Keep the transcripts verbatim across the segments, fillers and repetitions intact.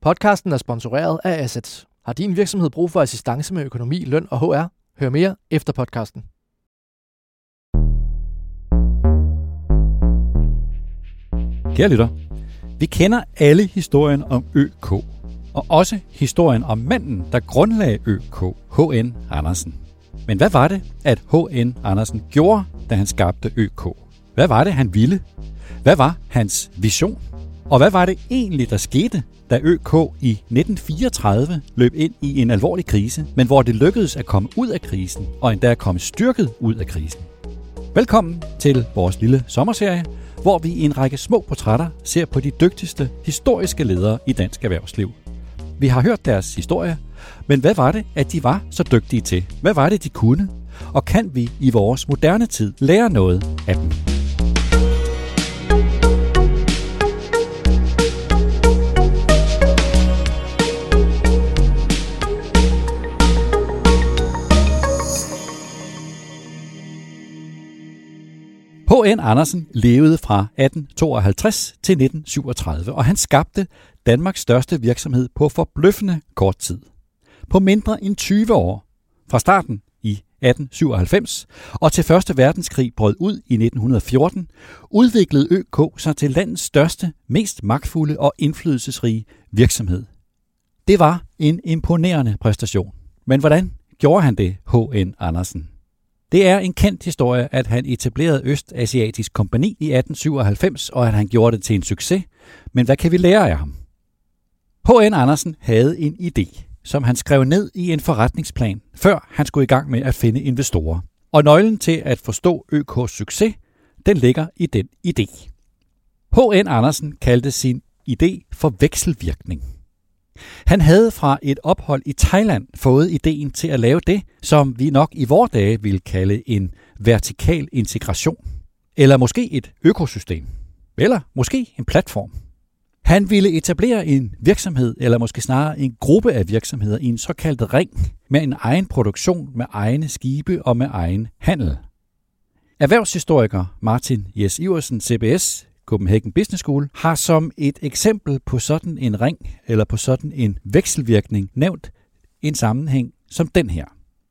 Podcasten er sponsoreret af Assets. Har din virksomhed brug for assistance med økonomi, løn og H R? Hør mere efter podcasten. Kære lytter, vi kender alle historien om Ø K, og også historien om manden, der grundlagde Ø K, H N Andersen. Men hvad var det, at H N Andersen gjorde, da han skabte Ø K? Hvad var det, han ville? Hvad var hans vision? Og hvad var det egentlig, der skete, da Ø K i nitten fireogtredive løb ind i en alvorlig krise, men hvor det lykkedes at komme ud af krisen, og endda komme styrket ud af krisen? Velkommen til vores lille sommerserie, hvor vi i en række små portrætter ser på de dygtigste historiske ledere i dansk erhvervsliv. Vi har hørt deres historie, men hvad var det, at de var så dygtige til? Hvad var det, de kunne? Og kan vi i vores moderne tid lære noget af dem? H N Andersen levede fra atten tooghalvtreds til nitten syvogtredive, og han skabte Danmarks største virksomhed på forbløffende kort tid. På mindre end tyve år, fra starten i atten syvoghalvfems og til første verdenskrig brød ud i nitten fjorten, udviklede Ø K sig til landets største, mest magtfulde og indflydelsesrige virksomhed. Det var en imponerende præstation. Men hvordan gjorde han det, H N Andersen? Det er en kendt historie, at han etablerede Østasiatisk Kompagni i atten syvoghalvfems, og at han gjorde det til en succes. Men hvad kan vi lære af ham? H N Andersen havde en idé, som han skrev ned i en forretningsplan, før han skulle i gang med at finde investorer. Og nøglen til at forstå Ø K's succes, den ligger i den idé. H N Andersen kaldte sin idé for vekselvirkning. Han havde fra et ophold i Thailand fået ideen til at lave det, som vi nok i vore dage ville kalde en vertikal integration. Eller måske et økosystem. Eller måske en platform. Han ville etablere en virksomhed, eller måske snarere en gruppe af virksomheder i en såkaldt ring, med en egen produktion, med egne skibe og med egen handel. Erhvervshistoriker Martin Jes Iversen, C B S, Copenhagen Business School, har som et eksempel på sådan en ring, eller på sådan en vekselvirkning, nævnt en sammenhæng som den her.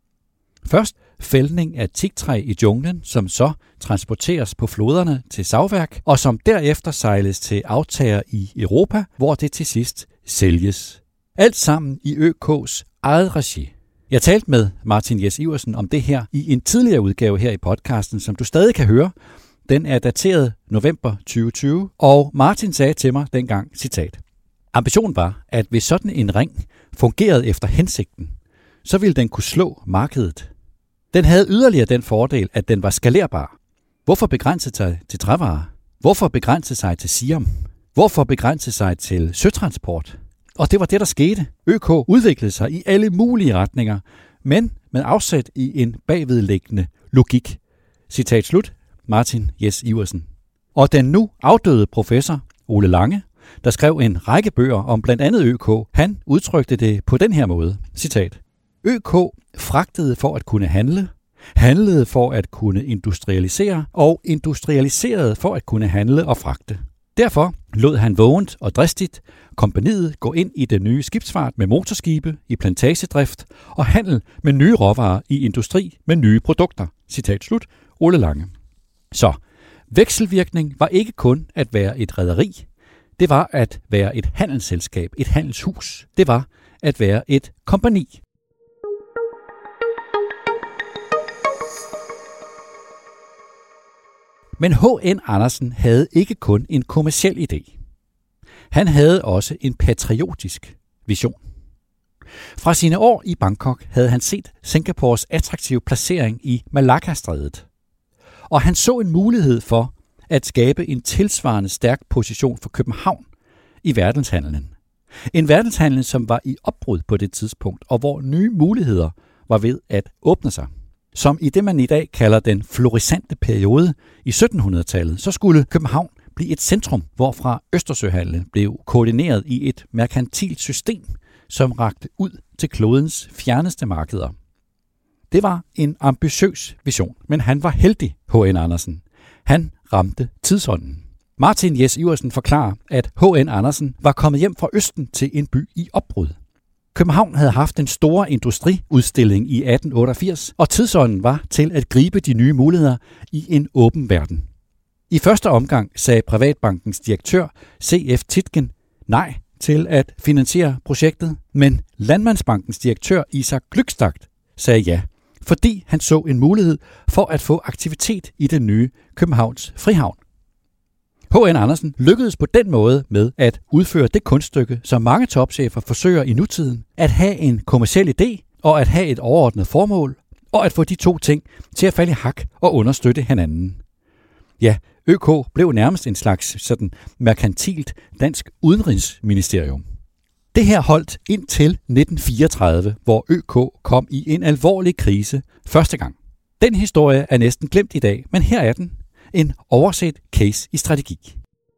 Først fældning af teaktræ i junglen, som så transporteres på floderne til savværk, og som derefter sejles til aftager i Europa, hvor det til sidst sælges. Alt sammen i Ø K's eget regi. Jeg talte med Martin Jes Iversen om det her i en tidligere udgave her i podcasten, som du stadig kan høre. Den er dateret november tyve tyve, og Martin sagde til mig dengang, citat: ambitionen var, at hvis sådan en ring fungerede efter hensigten, så ville den kunne slå markedet. Den havde yderligere den fordel, at den var skalerbar. Hvorfor begrænse sig til trævarer? Hvorfor begrænse sig til siam? Hvorfor begrænse sig til søtransport? Og det var det, der skete. Ø K udviklede sig i alle mulige retninger, men med afsæt i en bagvedliggende logik. Citat slut. Martin Jes Iversen. Og den nu afdøde professor Ole Lange, der skrev en række bøger om blandt andet Ø K, han udtrykte det på den her måde. Citat: Ø K fragtede for at kunne handle, handlede for at kunne industrialisere og industrialiserede for at kunne handle og fragte. Derfor lod han vågent og dristigt kompagniet gå ind i den nye skibsfart med motorskibe, i plantagedrift og handel med nye råvarer i industri med nye produkter. Citat slut. Ole Lange. Så vekselvirkning var ikke kun at være et rederi. Det var at være et handelsselskab, et handelshus. Det var at være et kompagni. Men H N Andersen havde ikke kun en kommerciel idé. Han havde også en patriotisk vision. Fra sine år i Bangkok havde han set Singapores attraktive placering i Malacca-strædet. Og han så en mulighed for at skabe en tilsvarende stærk position for København i verdenshandlen. En verdenshandel, som var i opbrud på det tidspunkt, og hvor nye muligheder var ved at åbne sig. Som i det, man i dag kalder den florissante periode i syttenhundredetallet, så skulle København blive et centrum, hvorfra Østersøhandlen blev koordineret i et merkantilt system, som rakte ud til klodens fjerneste markeder. Det var en ambitiøs vision, men han var heldig, H N Andersen. Han ramte tidsånden. Martin Jes Iversen forklarer, at H N Andersen var kommet hjem fra Østen til en by i opbrud. København havde haft en stor industriudstilling i atten otteogfirs, og tidsånden var til at gribe de nye muligheder i en åben verden. I første omgang sagde Privatbankens direktør C F Tietgen nej til at finansiere projektet, men Landmandsbankens direktør Isak Glückstadt sagde ja, fordi han så en mulighed for at få aktivitet i den nye Københavns Frihavn. H N Andersen lykkedes på den måde med at udføre det kunststykke, som mange topchefer forsøger i nutiden, at have en kommerciel idé og at have et overordnet formål, og at få de to ting til at falde i hak og understøtte hinanden. Ja, Ø K blev nærmest en slags sådan merkantilt dansk udenrigsministerium. Det her holdt indtil nitten fireogtredive, hvor Ø K kom i en alvorlig krise første gang. Den historie er næsten glemt i dag, men her er den. En overset case i strategi.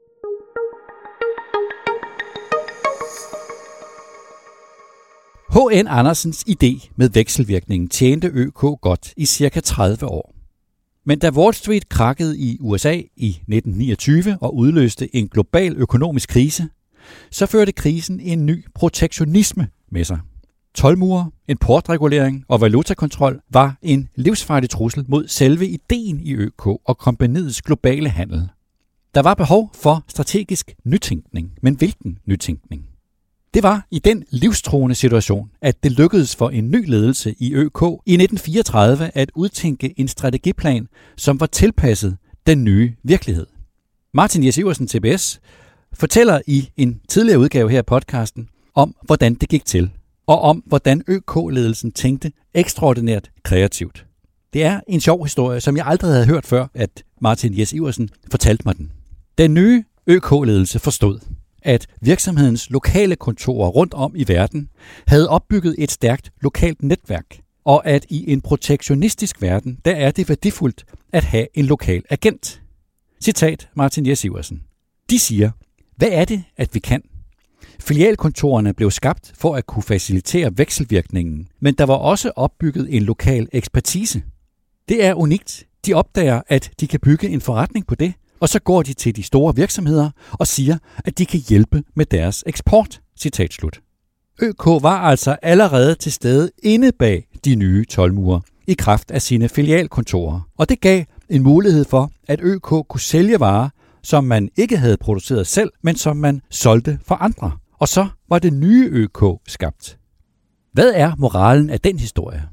H N Andersens idé med vekselvirkningen tjente Ø K godt i cirka tredive år. Men da Wall Street krakkede i U S A i nitten niogtyve og udløste en global økonomisk krise, så førte krisen en ny protektionisme med sig. Toldmure, importregulering og valutakontrol var en livsfarlig trussel mod selve ideen i Ø K og kompagniets globale handel. Der var behov for strategisk nytænkning, men hvilken nytænkning? Det var i den livstruende situation, at det lykkedes for en ny ledelse i Ø K i nitten fireogtredive at udtænke en strategiplan, som var tilpasset den nye virkelighed. Martin Jes Iversen, T B S, fortæller i en tidligere udgave her af podcasten om, hvordan det gik til, og om, hvordan Ø K-ledelsen tænkte ekstraordinært kreativt. Det er en sjov historie, som jeg aldrig havde hørt før, at Martin Jes Iversen fortalte mig den. Den nye Ø K-ledelse forstod, at virksomhedens lokale kontorer rundt om i verden havde opbygget et stærkt lokalt netværk, og at i en protektionistisk verden, der er det værdifuldt at have en lokal agent. Citat Martin Jes Iversen. De siger, hvad er det, at vi kan? Filialkontorerne blev skabt for at kunne facilitere vekselvirkningen, men der var også opbygget en lokal ekspertise. Det er unikt. De opdager, at de kan bygge en forretning på det, og så går de til de store virksomheder og siger, at de kan hjælpe med deres eksport. Citat slut. Ø K var altså allerede til stede inde bag de nye toldmure i kraft af sine filialkontorer, og det gav en mulighed for, at Ø K kunne sælge varer, som man ikke havde produceret selv, men som man solgte for andre. Og så var det nye Ø K skabt. Hvad er moralen af den historie?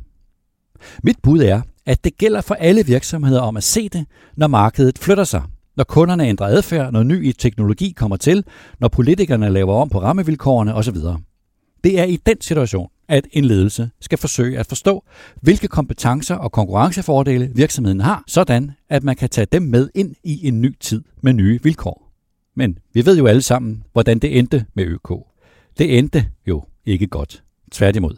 Mit bud er, at det gælder for alle virksomheder om at se det, når markedet flytter sig, når kunderne ændrer adfærd, når ny teknologi kommer til, når politikerne laver om på rammevilkårene osv. Det er i den situation, at en ledelse skal forsøge at forstå, hvilke kompetencer og konkurrencefordele virksomheden har, sådan at man kan tage dem med ind i en ny tid med nye vilkår. Men vi ved jo alle sammen, hvordan det endte med Ø K. Det endte jo ikke godt. Tværtimod.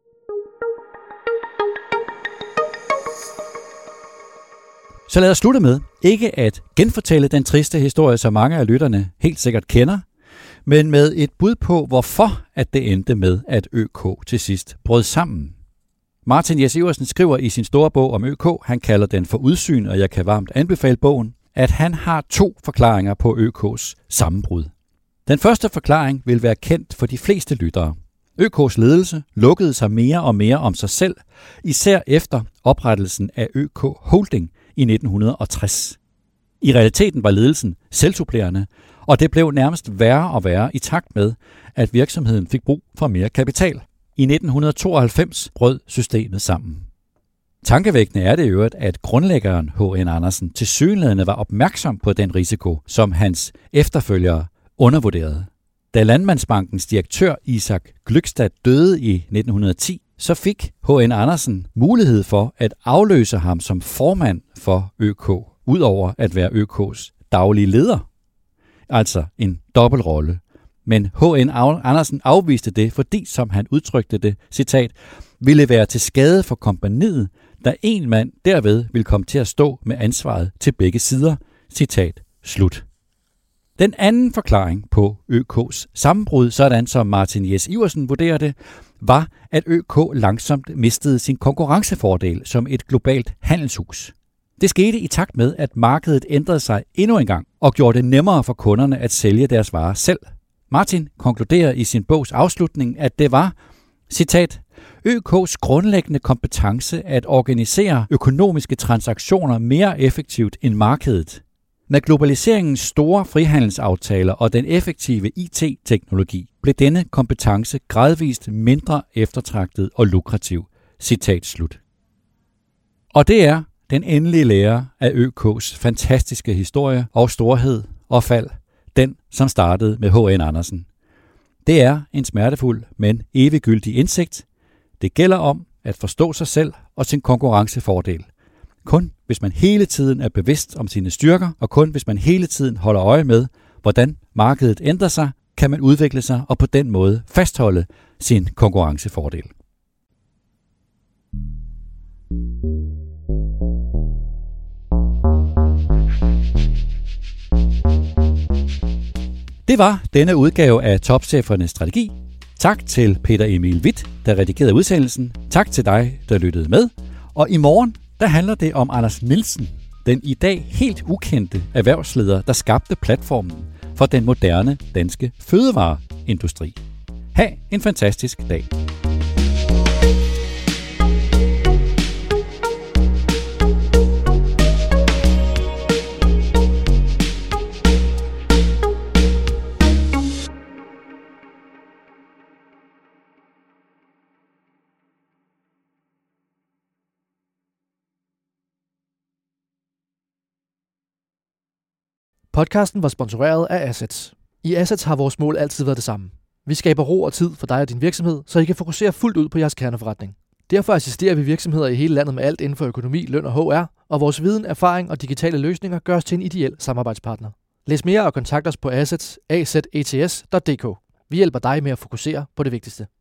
Så lad os slutte med ikke at genfortælle den triste historie, som mange af lytterne helt sikkert kender, men med et bud på, hvorfor at det endte med, at Ø K til sidst brød sammen. Martin Jes Iversen skriver i sin store bog om Ø K, han kalder den for udsyn, og jeg kan varmt anbefale bogen, at han har to forklaringer på Ø K's sammenbrud. Den første forklaring vil være kendt for de fleste lyttere. Ø K's ledelse lukkede sig mere og mere om sig selv, især efter oprettelsen af Ø K Holding i nitten tres. I realiteten var ledelsen selvsupplerende, og det blev nærmest værre og værre i takt med, at virksomheden fik brug for mere kapital. I nitten tooghalvfems brød systemet sammen. Tankevækkende er det i øvrigt, at grundlæggeren H N Andersen tilsyneladende var opmærksom på den risiko, som hans efterfølgere undervurderede. Da Landmandsbankens direktør Isak Glückstadt døde i nitten ti, så fik H N Andersen mulighed for at afløse ham som formand for Ø K, udover at være Ø K's daglige leder. Altså en dobbeltrolle. Men H N Andersen afviste det, fordi, som han udtrykte det, citat, ville være til skade for kompagniet, da en mand derved ville komme til at stå med ansvaret til begge sider. Citat slut. Den anden forklaring på Ø K's sammenbrud, sådan som Martin Jes Iversen vurderer det, var, at Ø K langsomt mistede sin konkurrencefordel som et globalt handelshus. Det skete i takt med, at markedet ændrede sig endnu en gang og gjorde det nemmere for kunderne at sælge deres varer selv. Martin konkluderer i sin bogs afslutning, at det var, citat, Ø K's grundlæggende kompetence at organisere økonomiske transaktioner mere effektivt end markedet. Med globaliseringens store frihandelsaftaler og den effektive I T-teknologi blev denne kompetence gradvist mindre eftertragtet og lukrativ. Citat slut. Og det er den endelige lære af Ø K's fantastiske historie og storhed og fald, den som startede med H N Andersen. Det er en smertefuld, men eviggyldig indsigt. Det gælder om at forstå sig selv og sin konkurrencefordel. Kun hvis man hele tiden er bevidst om sine styrker, og kun hvis man hele tiden holder øje med, hvordan markedet ændrer sig, kan man udvikle sig og på den måde fastholde sin konkurrencefordel. Det var denne udgave af Topchefernes Strategi. Tak til Peter Emil Witt, der redigerede udsendelsen. Tak til dig, der lyttede med. Og i morgen, der handler det om Anders Nielsen, den i dag helt ukendte erhvervsleder, der skabte platformen for den moderne danske fødevareindustri. Ha' en fantastisk dag. Podcasten var sponsoreret af Assets. I Assets har vores mål altid været det samme. Vi skaber ro og tid for dig og din virksomhed, så I kan fokusere fuldt ud på jeres kerneforretning. Derfor assisterer vi virksomheder i hele landet med alt inden for økonomi, løn og H R, og vores viden, erfaring og digitale løsninger gør os til en ideel samarbejdspartner. Læs mere og kontakt os på assets punktum a z e t s punktum d k. Vi hjælper dig med at fokusere på det vigtigste.